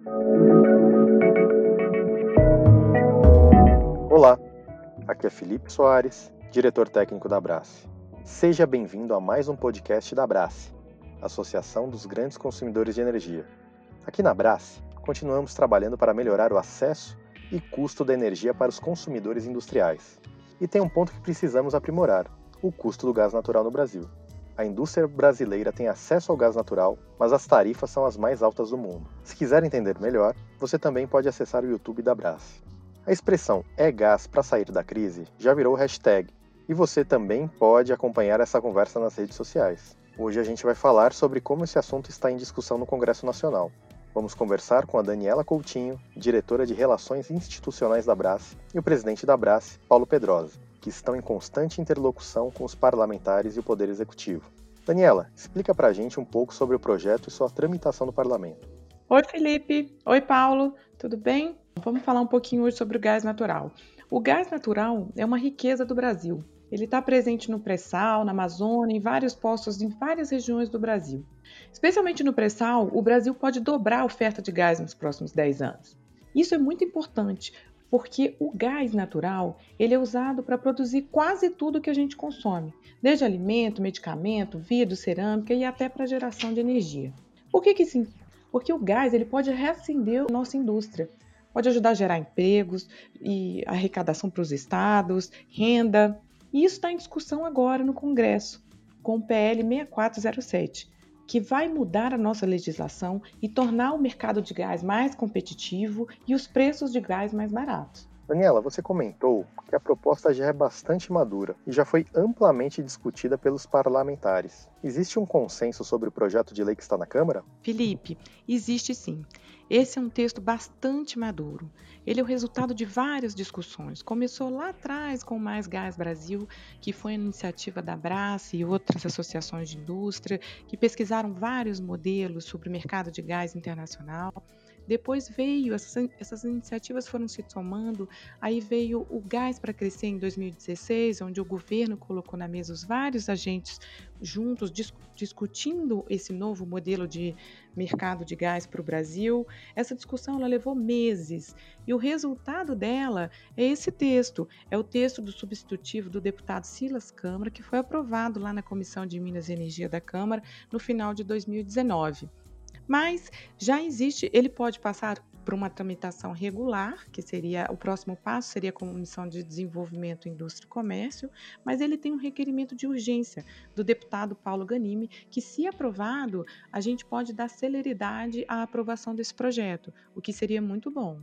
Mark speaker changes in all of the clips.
Speaker 1: Olá, aqui é Felipe Soares, diretor técnico da Abrace. Seja bem-vindo a mais um podcast da Abrace, Associação dos Grandes Consumidores de Energia. Aqui na Abrace, continuamos trabalhando para melhorar o acesso e custo da energia para os consumidores industriais. E tem um ponto que precisamos aprimorar, o custo do gás natural no Brasil. A indústria brasileira tem acesso ao gás natural, mas as tarifas são as mais altas do mundo. Se quiser entender melhor, você também pode acessar o YouTube da Abrace. A expressão "é gás para sair da crise" já virou hashtag, e você também pode acompanhar essa conversa nas redes sociais. Hoje a gente vai falar sobre como esse assunto está em discussão no Congresso Nacional. Vamos conversar com a Daniela Coutinho, diretora de Relações Institucionais da Abrace, e o presidente da Abrace, Paulo Pedrosa, que estão em constante interlocução com os parlamentares e o Poder Executivo. Daniela, explica pra gente um pouco sobre o projeto e sua tramitação no Parlamento.
Speaker 2: Oi, Felipe. Oi, Paulo. Tudo bem? Vamos falar um pouquinho hoje sobre o gás natural. O gás natural é uma riqueza do Brasil. Ele está presente no pré-sal, na Amazônia, em vários postos em várias regiões do Brasil. Especialmente no pré-sal, o Brasil pode dobrar a oferta de gás nos próximos 10 anos. Isso é muito importante, porque o gás natural ele é usado para produzir quase tudo que a gente consome, desde alimento, medicamento, vidro, cerâmica e até para geração de energia. Por que isso? Porque o gás ele pode reacender a nossa indústria, pode ajudar a gerar empregos e arrecadação para os estados, renda. E isso está em discussão agora no Congresso, com o PL 6407, que vai mudar a nossa legislação e tornar o mercado de gás mais competitivo e os preços de gás mais baratos.
Speaker 1: Daniela, você comentou que a proposta já é bastante madura e já foi amplamente discutida pelos parlamentares. Existe um consenso sobre o projeto de lei que está na Câmara?
Speaker 2: Felipe, existe sim. Esse é um texto bastante maduro. Ele é o resultado de várias discussões. Começou lá atrás com o Mais Gás Brasil, que foi uma iniciativa da Abrace e outras associações de indústria, que pesquisaram vários modelos sobre o mercado de gás internacional. Depois veio, essas iniciativas foram se somando, aí veio o Gás para Crescer em 2016, onde o governo colocou na mesa os vários agentes juntos, discutindo esse novo modelo de mercado de gás para o Brasil. Essa discussão ela levou meses e o resultado dela é esse texto, é o texto do substitutivo do deputado Silas Câmara, que foi aprovado lá na Comissão de Minas e Energia da Câmara no final de 2019. Mas já existe, ele pode passar por uma tramitação regular, que seria o próximo passo, seria a Comissão de Desenvolvimento, Indústria e Comércio, mas ele tem um requerimento de urgência do deputado Paulo Ganimi, que, se aprovado, a gente pode dar celeridade à aprovação desse projeto, o que seria muito bom.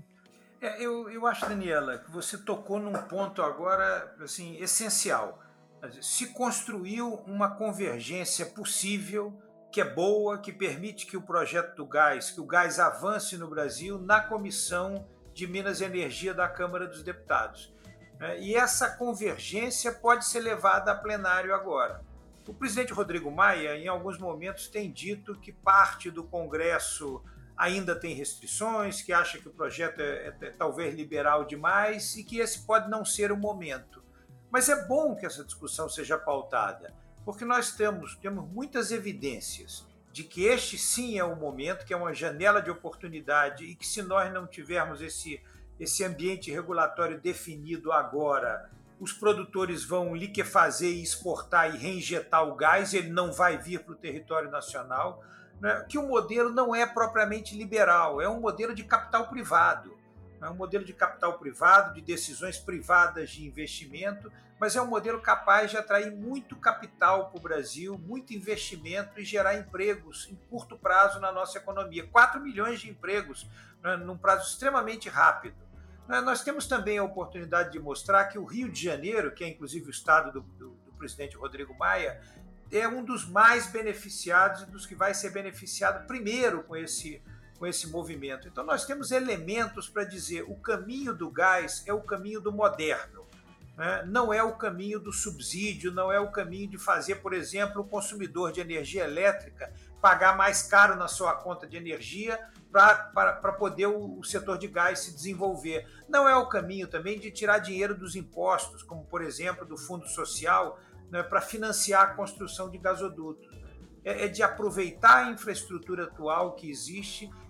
Speaker 3: Eu acho, Daniela, que você tocou num ponto agora assim, essencial. Se construiu uma convergência possível, que é boa, que permite que o projeto do gás, que o gás avance no Brasil na Comissão de Minas e Energia da Câmara dos Deputados. E essa convergência pode ser levada a plenário agora. O presidente Rodrigo Maia, em alguns momentos, tem dito que parte do Congresso ainda tem restrições, que acha que o projeto é talvez liberal demais e que esse pode não ser o momento. Mas é bom que essa discussão seja pautada, porque nós temos muitas evidências de que este sim é o momento, que é uma janela de oportunidade e que, se nós não tivermos esse ambiente regulatório definido agora, os produtores vão liquefazer e exportar e reinjetar o gás, ele não vai vir para o território nacional, né? Que o modelo não é propriamente liberal, é um modelo de capital privado. É um modelo de capital privado, de decisões privadas de investimento, mas é um modelo capaz de atrair muito capital para o Brasil, muito investimento e gerar empregos em curto prazo na nossa economia. 4 milhões de empregos, né, num prazo extremamente rápido. Nós temos também a oportunidade de mostrar que o Rio de Janeiro, que é inclusive o estado do presidente Rodrigo Maia, é um dos mais beneficiados e dos que vai ser beneficiado primeiro com esse movimento. Então nós temos elementos para dizer o caminho do gás é o caminho do moderno, né? Não é o caminho do subsídio, não é o caminho de fazer, por exemplo, o consumidor de energia elétrica pagar mais caro na sua conta de energia para poder o setor de gás se desenvolver. Não é o caminho também de tirar dinheiro dos impostos, como, por exemplo, do Fundo Social, né, para financiar a construção de gasodutos. É de aproveitar a infraestrutura atual que existe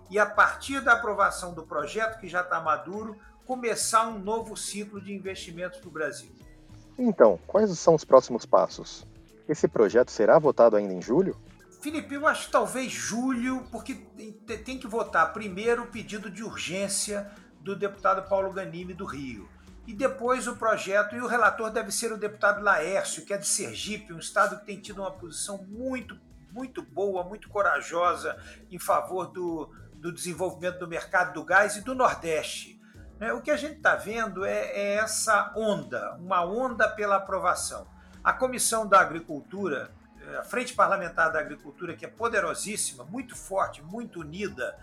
Speaker 3: e, a partir da aprovação do projeto, que já está maduro, começar um novo ciclo de investimentos para o Brasil.
Speaker 1: Então, quais são os próximos passos? Esse projeto será votado ainda em julho?
Speaker 3: Felipe, eu acho que talvez julho, porque tem que votar primeiro o pedido de urgência do deputado Paulo Ganimi, do Rio. E depois o projeto, e o relator deve ser o deputado Laércio, que é de Sergipe, um estado que tem tido uma posição muito boa, muito corajosa em favor do desenvolvimento do mercado do gás e do Nordeste. O que a gente está vendo é essa onda, uma onda pela aprovação. A Comissão da Agricultura, a Frente Parlamentar da Agricultura, que é poderosíssima, muito forte, muito unida,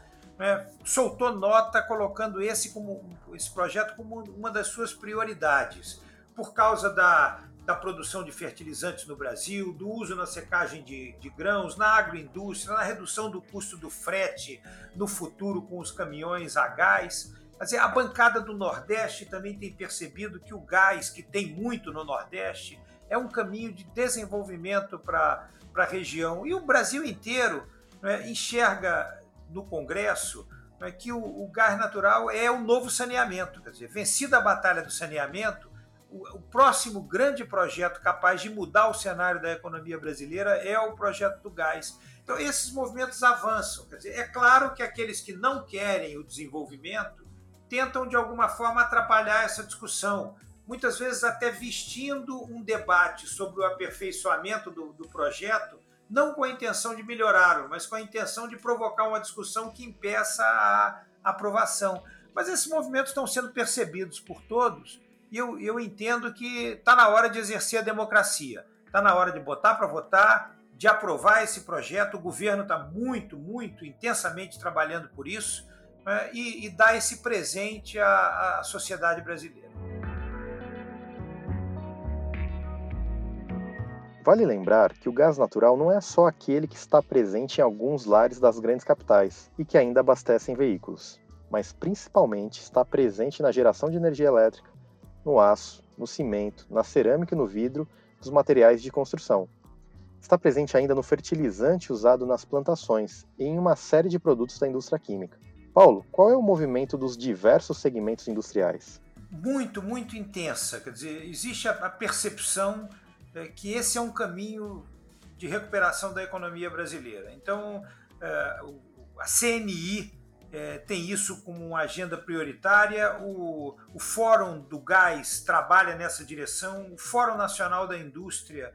Speaker 3: soltou nota colocando esse projeto como uma das suas prioridades, por causa da produção de fertilizantes no Brasil, do uso na secagem de grãos, na agroindústria, na redução do custo do frete no futuro com os caminhões a gás. Quer dizer, a bancada do Nordeste também tem percebido que o gás, que tem muito no Nordeste, é um caminho de desenvolvimento para a região. E o Brasil inteiro enxerga no Congresso que o gás natural é o novo saneamento. Quer dizer, vencida a batalha do saneamento, o próximo grande projeto capaz de mudar o cenário da economia brasileira é o projeto do gás. Então, esses movimentos avançam. Quer dizer, é claro que aqueles que não querem o desenvolvimento tentam, de alguma forma, atrapalhar essa discussão, muitas vezes até vestindo um debate sobre o aperfeiçoamento do projeto, não com a intenção de melhorá-lo, mas com a intenção de provocar uma discussão que impeça a aprovação. Mas esses movimentos estão sendo percebidos por todos, e eu entendo que está na hora de exercer a democracia, está na hora de botar para votar, de aprovar esse projeto. O governo está muito intensamente trabalhando por isso, e dar esse presente à sociedade brasileira.
Speaker 1: Vale lembrar que o gás natural não é só aquele que está presente em alguns lares das grandes capitais e que ainda abastecem veículos, mas principalmente está presente na geração de energia elétrica, no aço, no cimento, na cerâmica e no vidro dos materiais de construção. Está presente ainda no fertilizante usado nas plantações e em uma série de produtos da indústria química. Paulo, qual é o movimento dos diversos segmentos industriais?
Speaker 3: Muito intensa. Quer dizer, existe a percepção que esse é um caminho de recuperação da economia brasileira. Então, a CNI tem isso como uma agenda prioritária, o Fórum do Gás trabalha nessa direção, o Fórum Nacional da Indústria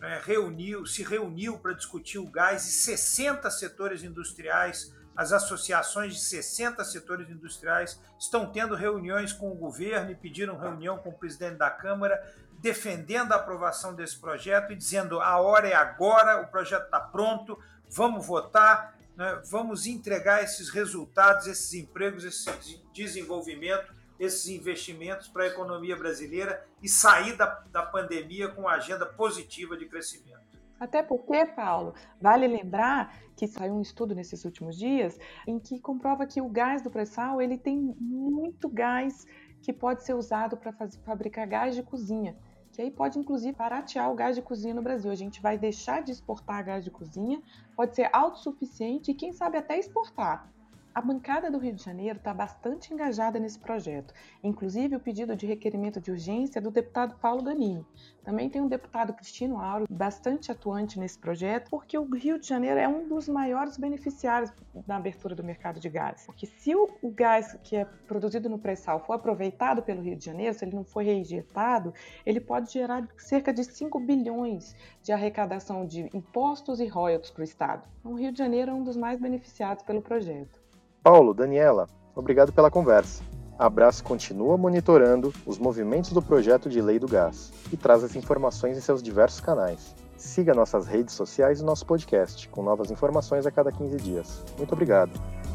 Speaker 3: se reuniu para discutir o gás, e 60 setores industriais, as associações de 60 setores industriais estão tendo reuniões com o governo e pediram reunião com o presidente da Câmara, defendendo a aprovação desse projeto e dizendo: a hora é agora, o projeto está pronto, vamos votar, vamos entregar esses resultados, esses empregos, esse desenvolvimento, esses investimentos para a economia brasileira e sair da pandemia com uma agenda positiva de crescimento.
Speaker 2: Até porque, Paulo, vale lembrar que saiu um estudo nesses últimos dias em que comprova que o gás do pré-sal ele tem muito gás que pode ser usado para fabricar gás de cozinha, que aí pode, inclusive, baratear o gás de cozinha no Brasil. A gente vai deixar de exportar gás de cozinha, pode ser autossuficiente e, quem sabe, até exportar. A bancada do Rio de Janeiro está bastante engajada nesse projeto, inclusive o pedido de requerimento de urgência do deputado Paulo Ganimi. Também tem um deputado Cristino Auro, bastante atuante nesse projeto, porque o Rio de Janeiro é um dos maiores beneficiários na abertura do mercado de gás. Porque se o gás que é produzido no pré-sal for aproveitado pelo Rio de Janeiro, se ele não for reinjetado, ele pode gerar cerca de 5 bilhões de arrecadação de impostos e royalties para o Estado. Então, o Rio de Janeiro é um dos mais beneficiados pelo projeto.
Speaker 1: Paulo, Daniela, obrigado pela conversa. A Brás continua monitorando os movimentos do projeto de lei do gás e traz as informações em seus diversos canais. Siga nossas redes sociais e nosso podcast, com novas informações a cada 15 dias. Muito obrigado.